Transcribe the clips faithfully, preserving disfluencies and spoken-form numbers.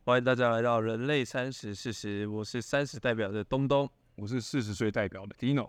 欢迎大家来到人类三十四十，我是三十代表的东东， 我是四十岁代表的 Dino。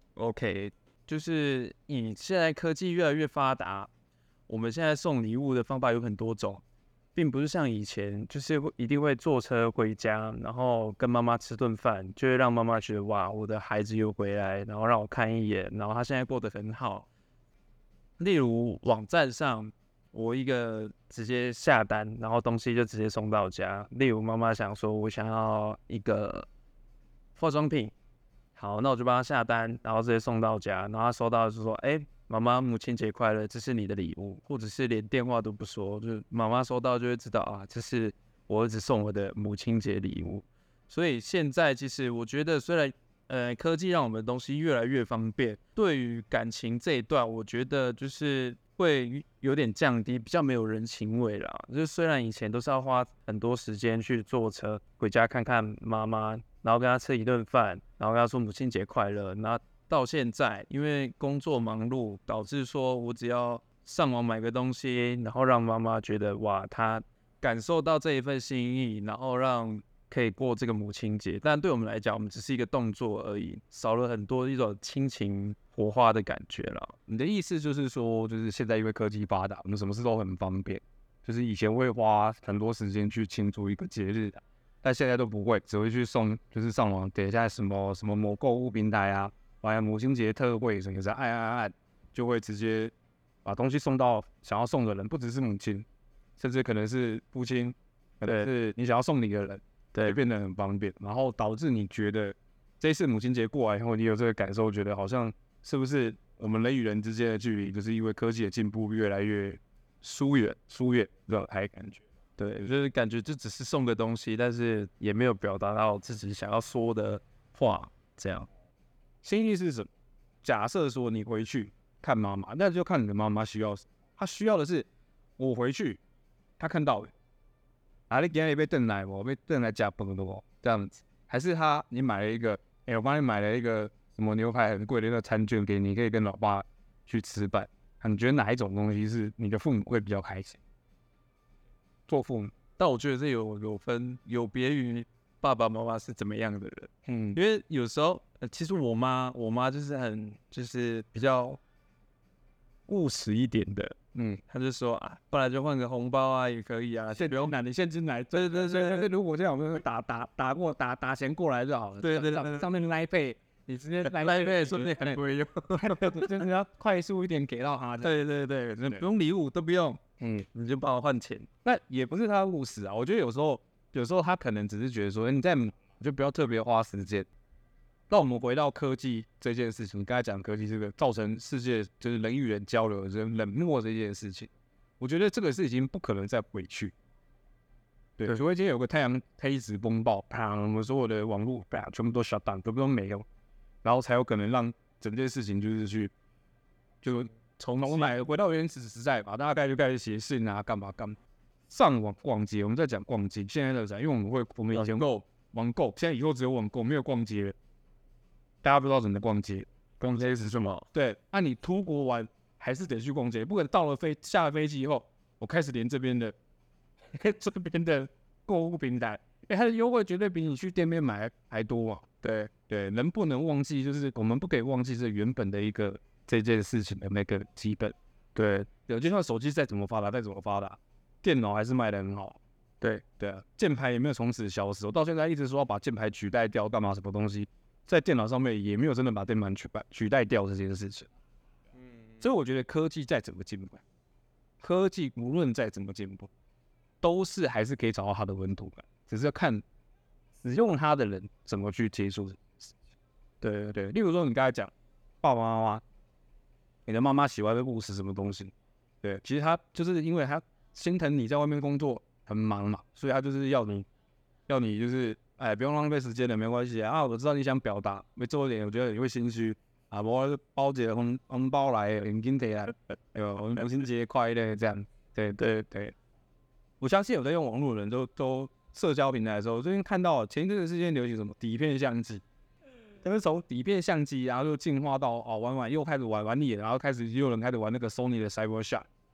OK， 就是以现在科技越来越发达，我们现在送礼物的方法有很多种，并不是像以前，就是一定会坐车回家，然后跟妈妈吃顿饭，就会让妈妈觉得哇，我的孩子又回来，然后让我看一眼，然后他现在过得很好。例如网站上，我一个直接下单，然后东西就直接送到家。例如妈妈想说，我想要一个化妆品，好，那我就帮她下单，然后直接送到家。然后她收到就说，哎、欸，妈妈母亲节快乐，这是你的礼物，或者是连电话都不说，就是妈妈收到就会知道啊，这是我儿子送我的母亲节礼物。所以现在其实我觉得，虽然呃科技让我们的东西越来越方便，对于感情这一段，我觉得就是会有点降低，比较没有人情味啦。就是虽然以前都是要花很多时间去坐车回家看看妈妈，然后跟她吃一顿饭，然后跟她说母亲节快乐。那到现在，因为工作忙碌，导致说我只要上网买个东西，然后让妈妈觉得哇，她感受到这一份心意，然后让可以过这个母亲节。但对我们来讲，我们只是一个动作而已，少了很多一种亲情火花的感觉了。 你的意思就是说，就是现在因为科技发达，我们什么事都很方便，就是以前会花很多时间去庆祝一个节日的，但现在都不会，只会去送，就是上网点一下什么什么某购物平台啊，完了母亲节特惠什么的，按按按，就会直接把东西送到想要送的人，不只是母亲，甚至可能是父亲，可能是你想要送礼的人。对，变得很方便，然后导致你觉得这一次母亲节过来以后，你有这个感受，觉得好像是不是我们人与人之间的距离，就是因为科技的进步越来越疏远、疏远这种感觉。 对，就是感觉就只是送个东西，但是也没有表达到自己想要说的话，这样。 心意是什么？假设说你回去看妈妈，那就看你的妈妈需要什么。她需要的是我回去，她看到了。啊，你今天被炖来不？被炖来加崩的不？这样子，还是他你买了一个，哎、欸，我帮你买了一个什么牛排很贵的那个餐券给你，可以跟老爸去吃饭。啊，你觉得哪一种东西是你的父母会比较开心？做父母， 但我觉得这有有分，有别于爸爸妈妈是怎么样的人。嗯，因为有时候，呃、其实我妈，我妈就是很就是比较务实一点的。嗯，他就说啊，不然就换个红包啊，也可以啊， 现金奶，你现金奶， 对对对对， 如果这样，我们打打打过打打钱过来就好了。 对对对， 上面 Line Pay， 你直接 Line Pay 说不定很贵用， 就是要快速一点给到他。 对对对，不用礼物都不用，嗯，你就帮我换钱。 那也不是他务实啊，我觉得有时候有时候他可能只是觉得说，你在就不要特别花时间。那我们回到科技这件事情，你刚才讲科技这个造成世界就是人与人交流、人冷漠这件事情，我觉得这个是已经不可能再回去。对，除非今天有个太阳黑子风暴，啪，我们所有的网络啪全部都 shut down， 都都没有，然后才有可能让整件事情就是去就从头来回到原始时代吧，大概就开始写信啊，干嘛干嘛，上网逛街。我们在讲逛街，现在在讲，因为我们会我们以前购网购，现在以后只有网购，没有逛街了。大家不知道怎么逛街， 逛街是什么？ 对，那、啊、你出国玩还是得去逛街，不可能到了飞下了飞机以后，我开始连这边的这边的购物平台，哎、欸，它的优惠绝对比你去店面买还多嘛。对对，人不能忘记，就是我们不可以忘记这原本的一个这件事情的那个基本。对对，就算手机再怎么发达，再怎么发达，电脑还是卖得很好。对对啊，键盘也没有从此消失，我到现在一直说要把键盘取代掉，干嘛什么东西。在电脑上面也没有真的把键盘取代取代掉这件事情，嗯，所以我觉得科技再怎么进步，科技无论再怎么进步，都是还是可以找到它的温度感，只是要看使用它的人怎么去接触。对对对，例如说你刚才讲爸爸妈妈，你的妈妈喜欢的务实什么东西，对，其实他就是因为他心疼你在外面工作很忙嘛，所以他就是要你要你就是。哎，不用浪费时间了，没关系啊。啊，我知道你想表达，没做一点，我觉得你会心虚啊。我包几个红红包来，现金提来，哎呦，母亲节快乐这样。对对对，我相信有在用网络的人都都社交平台的时候，最近看到前一阵子之间流行什么底片相机，但是从底片相机，然后就进化到哦玩玩又开始玩玩腻了，然后开始又有人开始玩那个 Sony 的 Cybershot，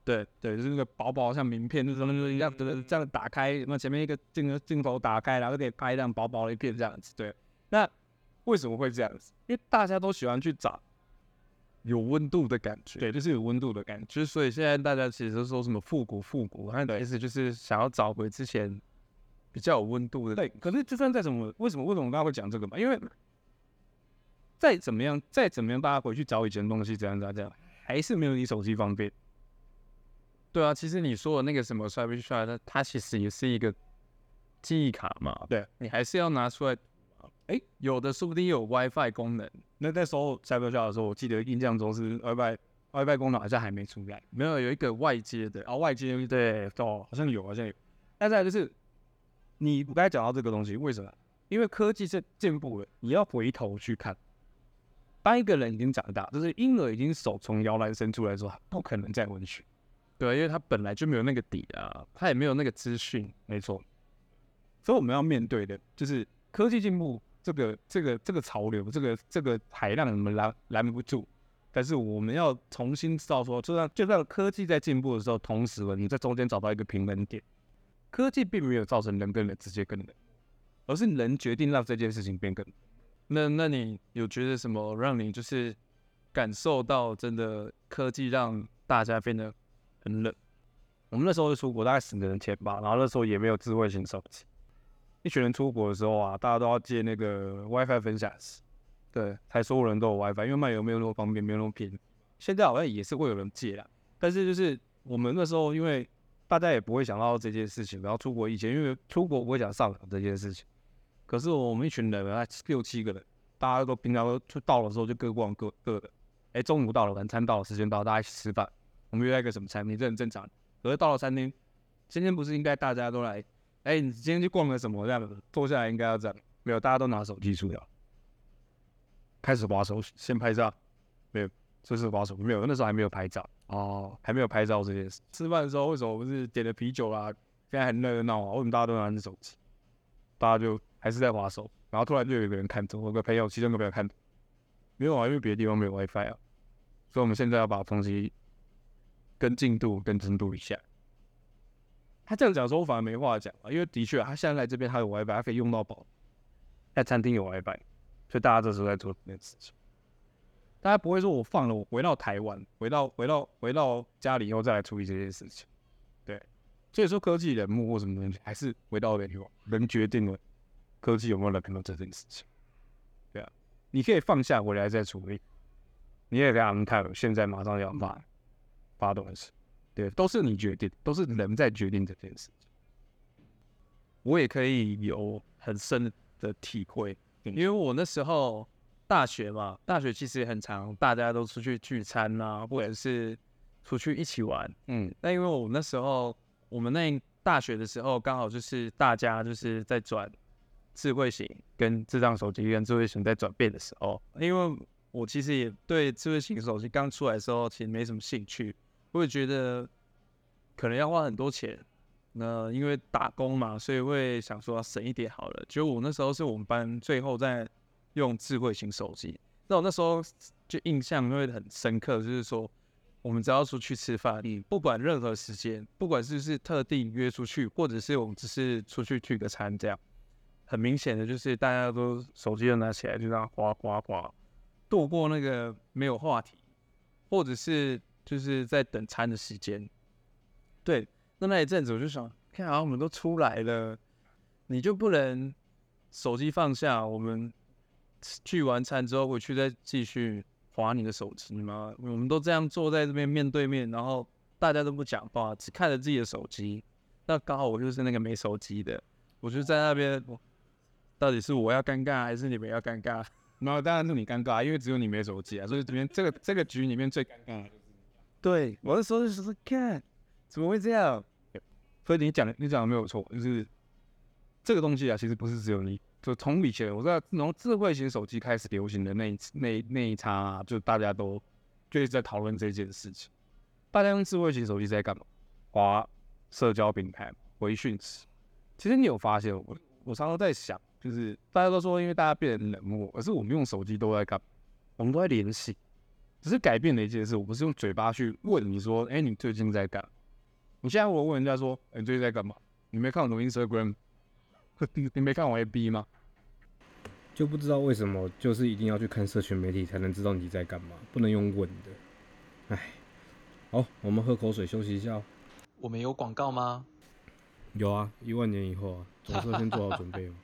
对对，就是那个薄薄像名片，就是这样子这样打开，那前面一个镜镜头打开，然后可以拍这样薄薄的一片这样子。对，那为什么会这样子？因为大家都喜欢去找有温度的感觉。 对，就是有温度的感觉。 就是所以现在大家其实都说什么复古复古，它的意思就是想要找回之前比较有温度的。 对，可是就算再怎么，为什么为什么大家会讲这个嘛？因为再怎么样，再怎么样，大家回去找以前的东西，怎样怎样怎样，还是没有你手机方便。 对啊，其实你说的那个什么刷不刷，它它其实也是一个记忆卡嘛。 对， 你还是要拿出来。哎，有的说不定有 WiFi 功能。 那那时候下标下的时候，我记得印象中是 WiFi WiFi 功能好像还没出来， 没有有一个外接的， 然后外接对哦，好像有，好像有。那再来就是你刚才讲到这个东西，为什么？因为科技是进步了，你要回头去看。当一个人已经长大，就是婴儿已经手从摇篮伸出来的时候，他不可能再回去。 对，因为他本来就没有那个底啊，他也没有那个资讯， 没错。所以我们要面对的就是科技进步这个这个这个潮流，这个这个海浪我们拦拦不住。但是我们要重新知道说，就算就算科技在进步的时候，同时你在中间找到一个平衡点。科技并没有造成人跟人直接更冷，而是人决定让这件事情变更冷。 那那你有觉得什么让你就是感受到真的科技让大家变得很冷？ 我们那时候就出国，大概十个人前吧，然后那时候也没有智慧型手机。一群人出国的时候啊，大家都要借那个 WiFi 分享式，对，才所有人都有 WiFi，因为漫游没有那么方便，没有那么便宜。现在好像也是会有人借啦，但是就是我们那时候，因为大家也不会想到这件事情，然后出国以前，因为出国不会想上网这件事情。可是我们一群人啊，六七个人，大家都平常都到的时候就各逛各各的。哎，中午到了，晚餐到了，时间到了，大家一起吃饭。我们约在一个什么餐厅，这很正常。可是到了餐厅，今天不是应该大家都来？哎、欸，你今天去逛了什么？这样子坐下来应该要这样，没有，大家都拿手机出来，开始滑手，先拍照，没有，就是滑手，没有，那时候还没有拍照哦，还没有拍照这件事。吃饭的时候为什么不是点了啤酒啦？现在很热闹啊，为什么大家都拿着手机？大家就还是在滑手，然后突然就有一个人看着，我有个朋友，其中一个朋友看着，没有啊，因为别的地方没有 WiFi 啊，所以我们现在要把东西跟进度、跟深度一下。他这样讲的时候，我反而没话讲啊，因为的确，他现在来这边他有 WiFi， 他可以用到饱。在餐厅有 WiFi， 所以大家这时候在做这件事情。大家不会说我放了，我回到台湾，回到回到回到家里以后再来处理这件事情。对，所以说科技冷漠或什么东西，还是回到人人决定了科技有没有冷漠这件事情。对啊，你可以放下回来再处理，你也可以安排现在马上要发发动的事。对，都是你决定，都是人在决定这件事情。 我也可以有很深的体会，因为我那时候大学嘛，大学其实也很长，大家都出去聚餐啊，或者是出去一起玩。嗯，那因为我那时候我们那大学的时候，刚好就是大家就是在转智慧型跟智障手机跟智慧型在转变的时候，因为我其实也对智慧型手机刚出来的时候其实没什么兴趣。我也觉得可能要花很多钱，那因为打工嘛，所以会想说要省一点好了。结果我那时候是我们班最后在用智慧型手机，那我那时候就印象会很深刻，就是说我们只要出去吃饭，不管任何时间，不管是不是特定约出去，或者是我们只是出去聚个餐这样，很明显的就是大家都手机都拿起来就这样滑滑滑，度过那个没有话题，或者是就是在等餐的时间。对，那那一阵子我就想，看好像我们都出来了，你就不能手机放下，我们聚完餐之后回去再继续滑你的手机吗？我们都这样坐在这边面对面，然后大家都不讲话，只看着自己的手机。那刚好我就是那个没手机的，我就在那边，到底是我要尴尬还是你们要尴尬？ 然后当然是你尴尬，因为只有你没手机啊，所以这边这个这个局里面最尴尬的就是你。 对，我那时候就说，看怎么会这样？ 所以你讲的你讲的没有错，就是这个东西啊，其实不是只有你，就从以前我知道从智慧型手机开始流行的那一那那一刹啊，就大家都就一直在讨论这件事情。大家用智慧型手机在干嘛？滑社交平台、回讯息。其实你有发现，我我常常在想，就是大家都说因为大家变得冷漠，可是我们用手机都在干嘛？我们都在联系。 只是改变了一件事，我不是用嘴巴去问你说，哎、欸，你最近在干嘛？你现在我问人家说，哎、欸，你最近在干嘛？你没看我的 Instagram， 你没看我 F B 吗？ 就不知道为什么，就是一定要去看社群媒体才能知道你在干嘛，不能用问的。唉，好，我们喝口水休息一下哦。 我们有广告吗？ 有啊，一万年以后啊，总是要先做好准备哦。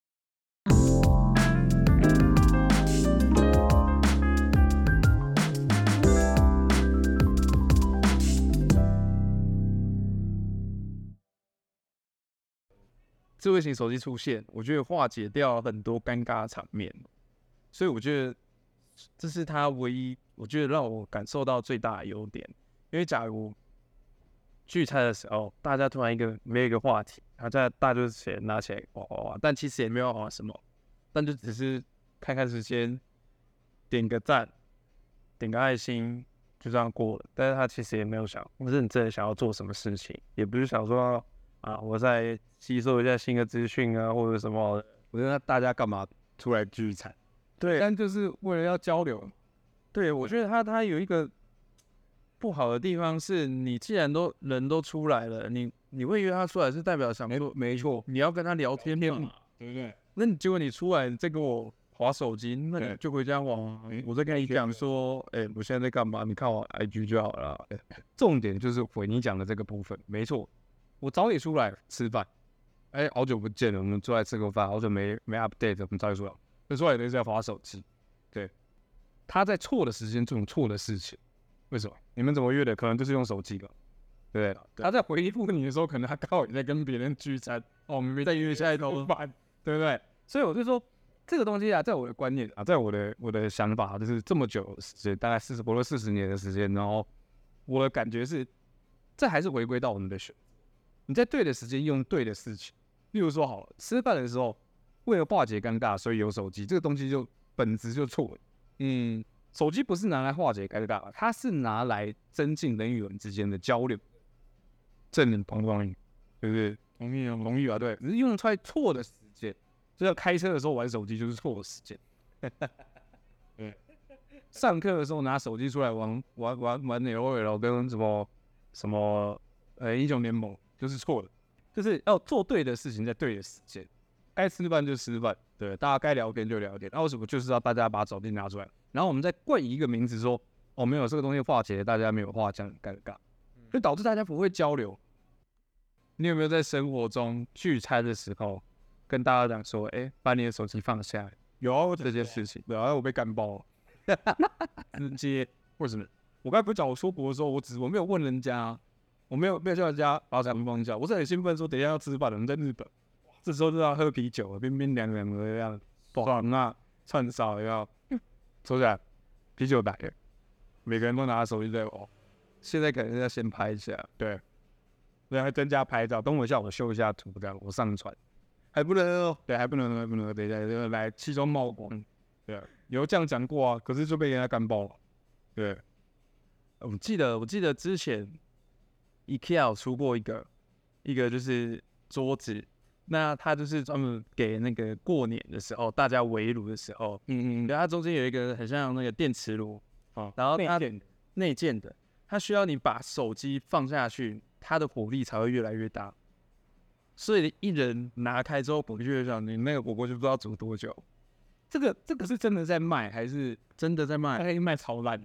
智慧型手机出现，我觉得化解掉很多尴尬的场面，所以我觉得这是它唯一我觉得让我感受到最大的优点。因为假如聚餐的时候，大家突然一个没有一个话题，大家大家就起来拿起来哇哇哇，但其实也没有玩什么，但就只是看看时间，点个赞，点个爱心，就这样过了。但是他其实也没有想认真的想要做什么事情，也不是想说啊，我在吸收一下新的资讯啊，或者什么的。 我觉得大家干嘛出来聚餐？ 对， 但就是为了要交流。 对，我觉得他他有一个不好的地方是，你既然都人都出来了，你你会约他出来是代表想说， 没错， 你要跟他聊天嘛， 对不对？ 那你结果你出来再跟我滑手机，那你就回家玩。我再跟你讲说，哎、欸，我现在在干嘛？你看我 I G 就好了。 重点就是回你讲的这个部分，没错。我找你出来吃饭，哎、欸，好久不见了，我们出来吃个饭，好久没没 update， 我们找你出来，就出来都是在滑手机。对，他在错的时间做错的事情，为什么？你们怎么约的？可能就是用手机吧，对不对？他在回复你的时候，可能他刚好也在跟别人聚餐，哦，我们在约下一头饭，对不对？所以我就说，这个东西啊，在我的观念啊，在我的我的想法，就是这么久的时间，大概四十，活了四十年的时间，然后我的感觉是，这还是回归到我们的选择。你在对的时间用对的事情，例如说好了，吃饭的时候为了化解尴尬，所以有手机，这个东西就本质就错了。嗯，手机不是拿来化解尴尬，它是拿来增进人与人之间的交流，正能同同意，对不对？同意啊，同意啊，对。只是用出来错的时间，就像开车的时候玩手机就是错的时间。对，上课的时候拿手机出来玩玩玩玩 L O L 跟什么什么呃英雄联盟。就是错的，就是要做对的事情，在对的时间，该吃饭就吃饭，对，大家该聊天就聊天。那为什么就是要大家把手机拿出来，然后我们再冠以一个名字说，哦，没有这个东西化解，大家没有话讲，很尴尬，就导致大家不会交流。你有没有在生活中聚餐的时候跟大家讲说，哎、欸，把你的手机放下来？有这件事情，对啊，我被干爆了，直接为什么？我刚才不是讲我出国的时候，我只我没有问人家、啊。我没有没有叫人家把手机放下，我是很兴奋说等一下要吃饭了，我们在日本，这时候就要喝啤酒了，冰冰凉凉的这样，爽啊，串烧要坐下来，啤酒来了，每个人都拿手机在玩，现在可能要先拍一下，对，然后增加拍照，等我一下我修一下图这样，我上传，还不能哦，对，还不能，还不能，等一下来气中冒光，对，有这样讲过啊，可是就被人家干爆了，对， 我记得我记得之前。IKEA 有出过一个一个就是桌子，那它就是专门给那个过年的时候大家围炉的时候，嗯嗯，它中间有一个很像那个电磁炉，哦，然后它内建的，它需要你把手机放下去，它的火力才会越来越大，所以一人拿开之后，火力越小，你那个火锅就不知道煮多久。 这个这个是真的在卖还是真的在卖？ 它可以卖超烂。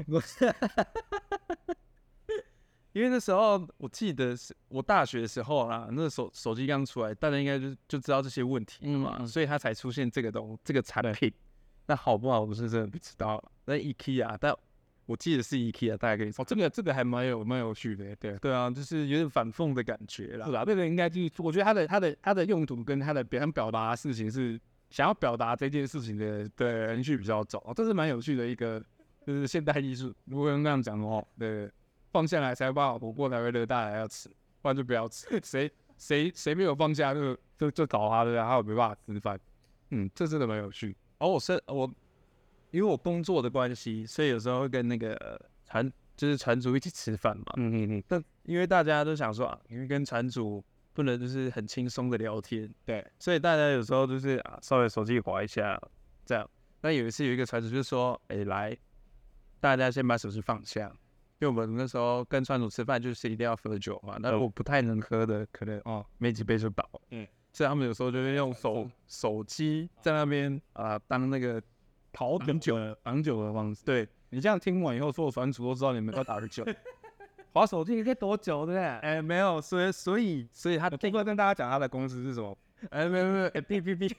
因为那时候我记得是我大学的时候啦，那手手机刚出来，大家应该就就知道这些问题了嘛，嗯嗯，所以它才出现这个东这个产品。那好不好，我是真的不知道。那 IKEA， 但我记得是 IKEA， 大家可以哦，这个这个还蛮有蛮有趣的，对对啊，就是有点反讽的感觉啦。 是啦，这个应该就是我觉得它的它的它的用途跟它的想表达的事情是想要表达这件事情的的人去比较重，哦，这是蛮有趣的一个就是现代艺术，如果用那样讲的话，对。放下来才把火锅才会热，大家要吃，不然就不要吃。谁谁谁没有放下就就就搞他的，他也没办法吃饭。嗯，这真的蛮有趣。 哦，我是我，因为我工作的关系，所以有时候会跟那个船就是船主一起吃饭嘛。嗯嗯嗯。但因为大家都想说啊，因为跟船主不能就是很轻松的聊天，对，所以大家有时候就是啊，稍微手机滑一下这样。那有一次有一个船主就说，哎、欸、来。 大家先把手机放下，因为我们那时候跟川主吃饭就是一定要喝酒嘛，那如果不太能喝的，可能哦没几杯就倒了。 嗯， 所以他们有时候就会用手手机在那边啊、呃、当那个讨酒的挡酒的方式。对你这样听完以后，所有船主都知道你们要打个酒。滑手机你可以多久对不对？ 哎没有，所以所以所以他可不可以跟大家讲他的公司是什么？ 哎没有没有哎哔哔哔，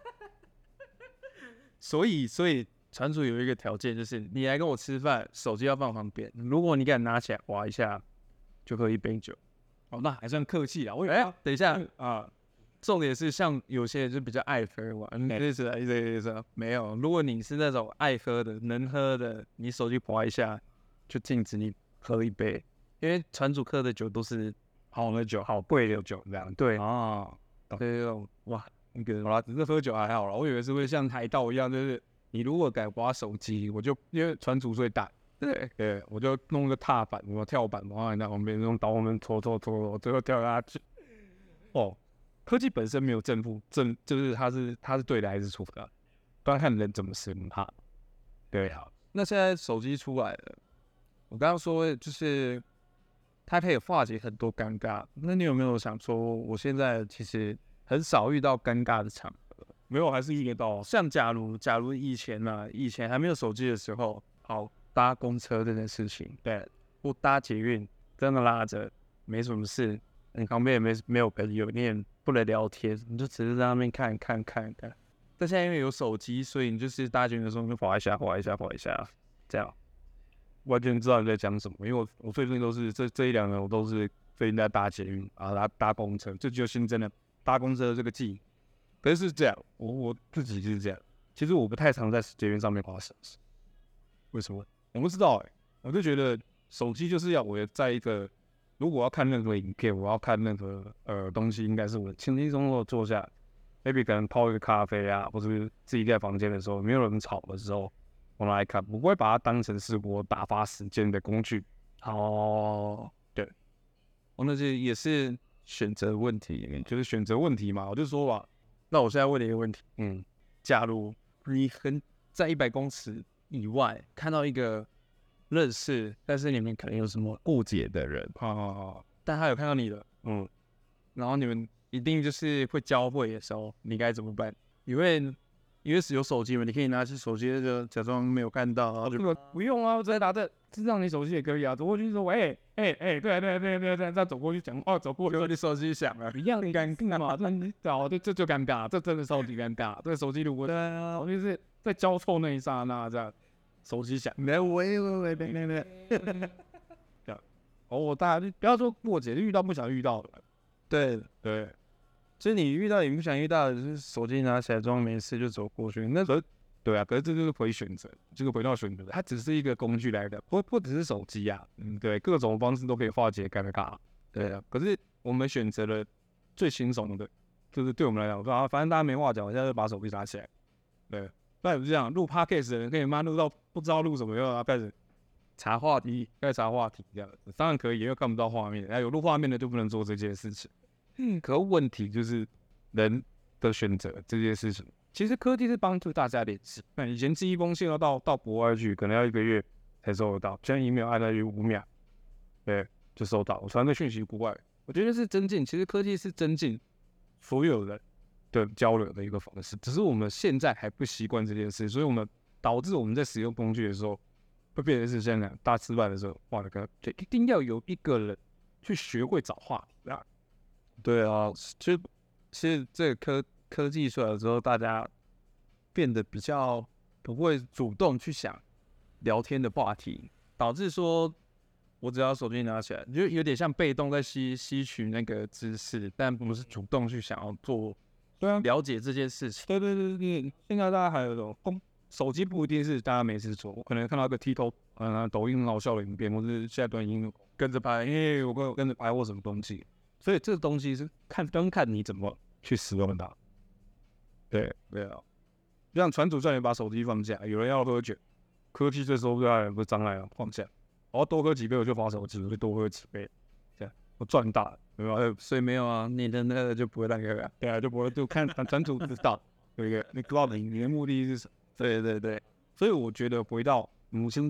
所以所以船主有一个条件就是你来跟我吃饭，手机要放旁边，如果你敢拿起来划一下，就喝一杯酒。 哦，那还算客气啦。我以为、 哎，等一下啊， 重点是像有些人就比较爱喝嘛，嗯，意思意思意思没有。如果你是那种爱喝的、能喝的，你手机划一下就禁止你喝一杯，因为船主喝的酒都是好的酒， 好贵的酒，这样对啊， 对这种哇，那个好啦，只是喝酒还好啦。我以为是会像海盗一样，就是你如果敢划手机，我就因为船主最大， 对对，我就弄个踏板，我跳板，然后在旁边用刀门戳戳戳，最后掉下去。哦，科技本身没有正负正，就是它是它是对的还是错的，端看人怎么使用它。对啊， 那现在手机出来了，我刚刚说就是它可以化解很多尴尬。那你有没有想说，我现在其实很少遇到尴尬的场合？ 没有还是遇得到。 像假如假如以前呢、啊，以前还没有手机的时候，好搭公车这件事情，对，不搭捷运，真的拉着没什么事，你旁边也没没有朋友，你也不能聊天，你就只是在那边看看看看。但现在因为有手机，所以你就是搭捷运的时候就滑一下滑一下滑一下，这样。 完全知道你在讲什么，因为我我最近都是这这一两年我都是最近在搭捷运啊，搭搭公车，这就新增了搭公车的这个技能。可是是这样，我我自己就是这样，其实我不太常在捷运上面滑手机，为什么？我不知道哎、欸，我就觉得手机就是要我在一个如果要看任何影片，我要看任何呃东西，应该是我轻轻松松的坐下 ，maybe 可能泡一个咖啡啊，或者是自己在房间的时候，没有人吵的时候。我拿来看，我不会把它当成是我打发时间的工具。 哦， 对， 我、哦、那是也是选择问题， 就是选择问题嘛。我就说吧， 那我现在问你一个问题， 嗯， 假如你很在一百公尺以外看到一个认识，但是你们可能有什么误解的人， 好好好， 但他有看到你的， 嗯， 然后你们一定就是会交汇的时候，你该怎么办？因为因为是有手机嘛，你可以拿起手机就假装没有看到，然后就这个不用啊，我直接拿着，这让你手机也可以啊。走过去就说，喂，哎哎，对对对对对，再走过去讲，哦，走过去， 你手机响了， 一样尴尬嘛，那你找这这就尴尬，这真的超级尴尬。这个手机如果对啊，手机是在交错那一刹那这样，手机响， 没喂喂喂，别别别， 这样，哦，大家就不要说过节，遇到不想遇到的， 对对。 所以你遇到你不想遇到的，就是手机拿起来装没事就走过去。那可对啊，可是这就是回选择，这个回到选择，它只是一个工具来的，不不只是手机啊，嗯，对，各种方式都可以化解尴尬，对啊。可是我们选择了最轻松的，就是对我们来讲，说啊，反正大家没话讲，我现在就把手机拿起来，对。那也不是这样，录 podcast 的人可以妈录到不知道录什么，又要开始查话题，开始查话题这样子，当然可以，因为看不到画面，那有录画面的就不能做这件事情。嗯，可问题就是人的选择这件事情。其实科技是帮助大家联系。那以前寄一封信要到到国外去，可能要一个月才收得到，现在 email 按下去五秒，对，就收到。我传个讯息国外，我觉得是增进。其实科技是增进所有人的交流的一个方式，只是我们现在还不习惯这件事，所以我们导致我们在使用工具的时候，会变成是现在大家吃饭的时候，哇，那个就一定要有一个人去学会找话题啊。 对啊，其实其实这个科科技出来之后，大家变得比较不会主动去想聊天的话题，导致说我只要手机拿起来，就有点像被动在吸吸取那个知识，但不是主动去想要做， 对啊， 了解这件事情。 对对对对，现在大家还有一种公手机不一定是大家没事做，我可能看到一个 TikTok， 嗯，抖音很好笑的影片，或者是现在短音跟着拍，因为我跟跟着拍或什么东西。所以这个东西是看端看你怎么去使用它。对对啊，就像船主叫你把手机放下，有人要喝酒，科技这时候对他人不是障碍啊，放下，我要多喝几杯我就划手机，我就多喝几杯，这样我赚大了，对吧？ 所以没有啊，你的那个就不会那个啊， 对啊，就不会就看船主知道有一个你知道你你的目的是什么？ 对对对， 所以我觉得回到母亲节，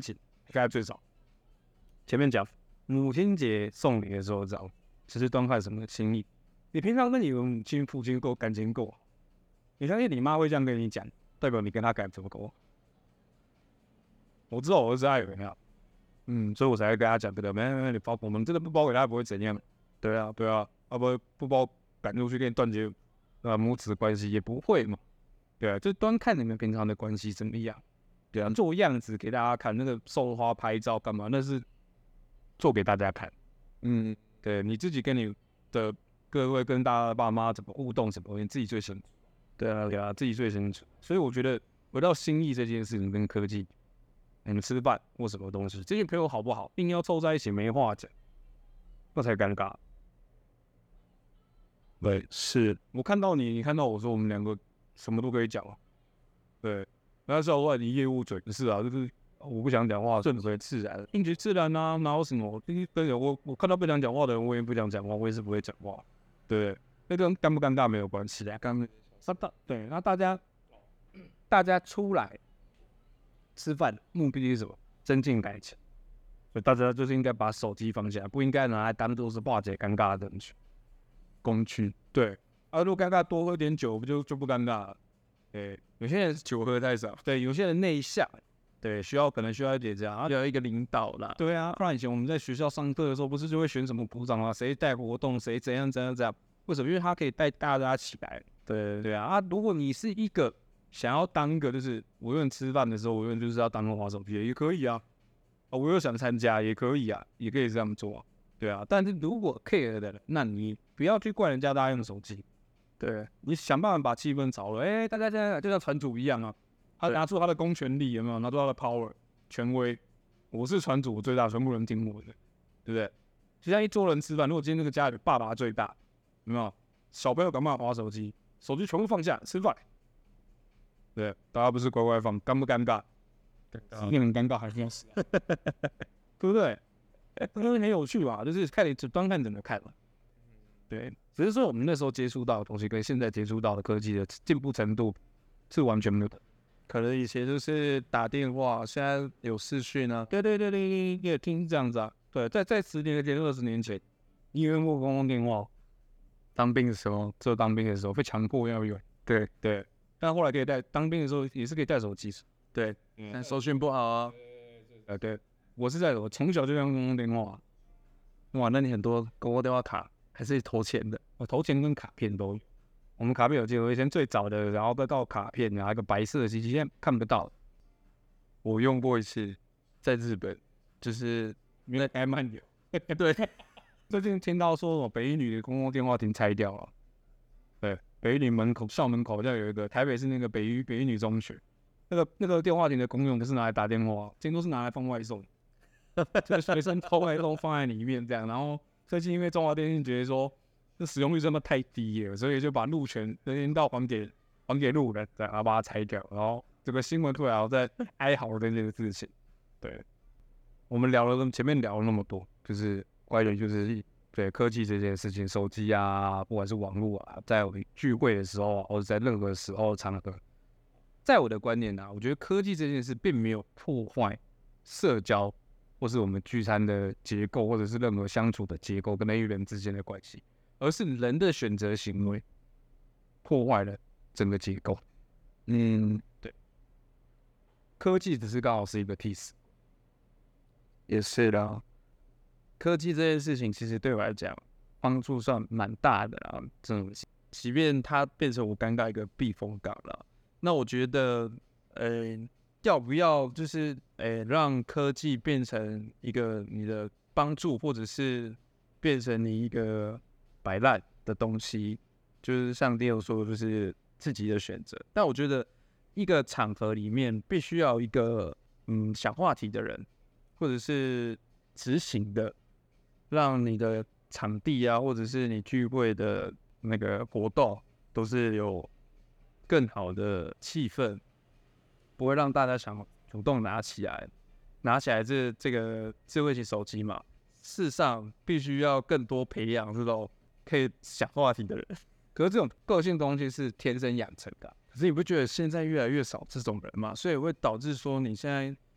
大概最少。前面讲母亲节送礼的时候，这样其实端看什么心意。你平常跟你的母亲、父亲够感情够好，你相信你妈会这样跟你讲，代表你跟她感情够好。我知道我儿子爱人啊，嗯，所以我才会跟他讲这个，没没没，你包我们真的不包给他不会怎样。对啊，对啊，啊不不包赶出去跟你断绝啊母子关系也不会嘛。对啊，就端看你们平常的关系怎么样。对啊，做样子给大家看，那个送花拍照干嘛，那是做给大家看。嗯，对，你自己跟你的各位跟大家的爸妈怎么互动什么，你自己最清楚。对啊，对啊，自己最清楚。所以我觉得回到心意这件事情跟科技，你们吃饭或什么东西，这群朋友好不好，硬要凑在一起没话讲，那才尴尬。对，是我看到你，你看到我说我们两个什么都可以讲啊。对，那时候我你业务嘴是啊，就是我不想讲话，顺随自然，顺其自然啊，哪有什么？对，我我看到不想讲话的人，我也不想讲话，我也是不会讲话。对，那跟尴不尴尬没有关系啊，尴那大对，那大家大家出来吃饭目的是什么？增进感情。所以大家就是应该把手机放下，不应该拿来当做是化解尴尬的工具。工具对啊，如果尴尬多喝点酒，不就就不尴尬了？对，有些人酒喝太少，对，有些人内向，对，需要可能需要一点这样，需要一个领导啦。对啊，不然以前我们在学校上课的时候，不是就会选什么部长啊，谁带活动，谁怎样怎样怎样？为什么？因为他可以带大家起来。对对啊，啊，如果你是一个想要当一个，就是我永远吃饭的时候，我永远就是要当个滑手机，也可以啊。啊，我又想参加，也可以啊，也可以这样做啊。对啊，但是如果 care 的人，那你不要去怪人家大家用手机。对，你想办法把气氛炒了。哎、欸，大家现在就像船主一样啊，他拿出他的公权力，有没有？拿出他的 power 权威。我是船主，我最大，全部人听我的，对不对？就像一桌人吃饭，如果今天这个家里爸爸最大，有没有？小朋友敢不敢滑手机？手机全部放下，吃饭。对，大家不是乖乖放，尴不尴尬？一定很尴尬，还是要死、啊，对不对？因为很有趣吧，就是看你端看怎么看嘛。对，只是说我们那时候接触到的东西跟现在接触到的科技的进步程度是完全没有的。可能以前就是打电话，现在有视讯啊。对对对对，你也听这样子啊。对，在在十年前、二十年前，你用过公共电话？当兵的时候，只有当兵的时候被强迫要用。对对，但后来可以带，当兵的时候也是可以带手机。对，嗯、但收讯不好啊。呃，对，我是在我从小就用公共电话。哇，那你很多公共电话卡还是投钱的，我投钱跟卡片都有。我们卡片有记录，以前最早的，然后再到卡片，然后一个白色的机器，现在看不到。我用过一次，在日本，就是因为开慢流。对，最近听到说，北一女的公共电话亭拆掉了。对，北一女门口校门口好像有一个，台北是那个北一北一女中学，那个那个电话亭的功用不是拿来打电话，今天都是拿来放外送，就是学生偷外送放在里面这样。然后最近因为中华电信觉得说，这使用率真的太低了，所以就把路权人行道还给还给路人，然后把它拆掉。然后这个新闻突然在哀嚎这件事情。对，我们聊了前面聊了那么多，就是关于就是对科技这件事情，手机啊，不管是网络啊，在我们聚会的时候啊，或者在任何时候场合，在我的观念啊，我觉得科技这件事并没有破坏社交或是我们聚餐的结构，或者是任何相处的结构跟人与人之间的关系，而是人的选择行为破坏了整个结构。嗯，对，科技只是刚好是一个替死。也是啦，科技这件事情其实对我来讲帮助算蛮大的啦，这种即便它变成我尴尬一个避风港了，那我觉得，呃，要不要就是呃让科技变成一个你的帮助，或者是变成你一个摆烂的东西，就是像第二说的，就是自己的选择。但我觉得一个场合里面必须要有一个嗯想话题的人。或者是执行的，让你的场地啊，或者是你聚会的那个活动，都是有更好的气氛，不会让大家想主动拿起来，拿起来这这个智慧型手机嘛。事实上，必须要更多培养这种可以想话题的人。可是这种个性东西是天生养成的，可是你不觉得现在越来越少这种人吗？所以会导致说你现在。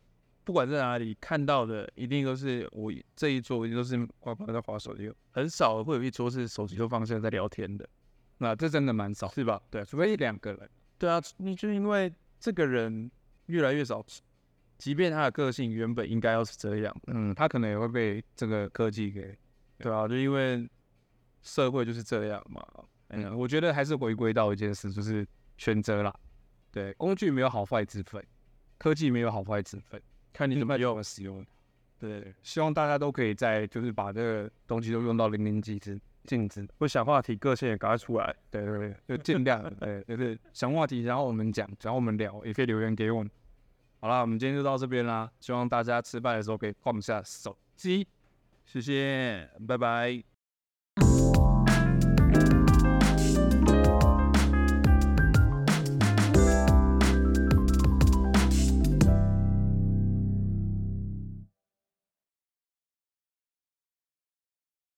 不管在哪里看到的，一定都是我这一桌一定都是乖乖在滑手机，很少会有一桌是手机都放下在聊天的， 那这真的蛮少， 是吧？ 对，除非一两个人。 对啊，你就因为这个人越来越少，即便他的个性原本应该要是这样， 嗯，他可能也会被这个科技给， 对啊，就因为社会就是这样嘛。 嗯，我觉得还是回归到一件事，就是选择啦。对，工具没有好坏之分，科技没有好坏之分， 看你怎么用。 使用。对，希望大家都可以在就是把这个东西都用到淋漓尽致，尽致。 会想话题，个性也赶快出来。 对对对，就尽量，对，就是想话题，然后我们讲，然后我们聊，也可以留言给我们。好啦，我们今天就到这边啦，希望大家吃饭的时候可以放下手机， 谢谢，拜拜。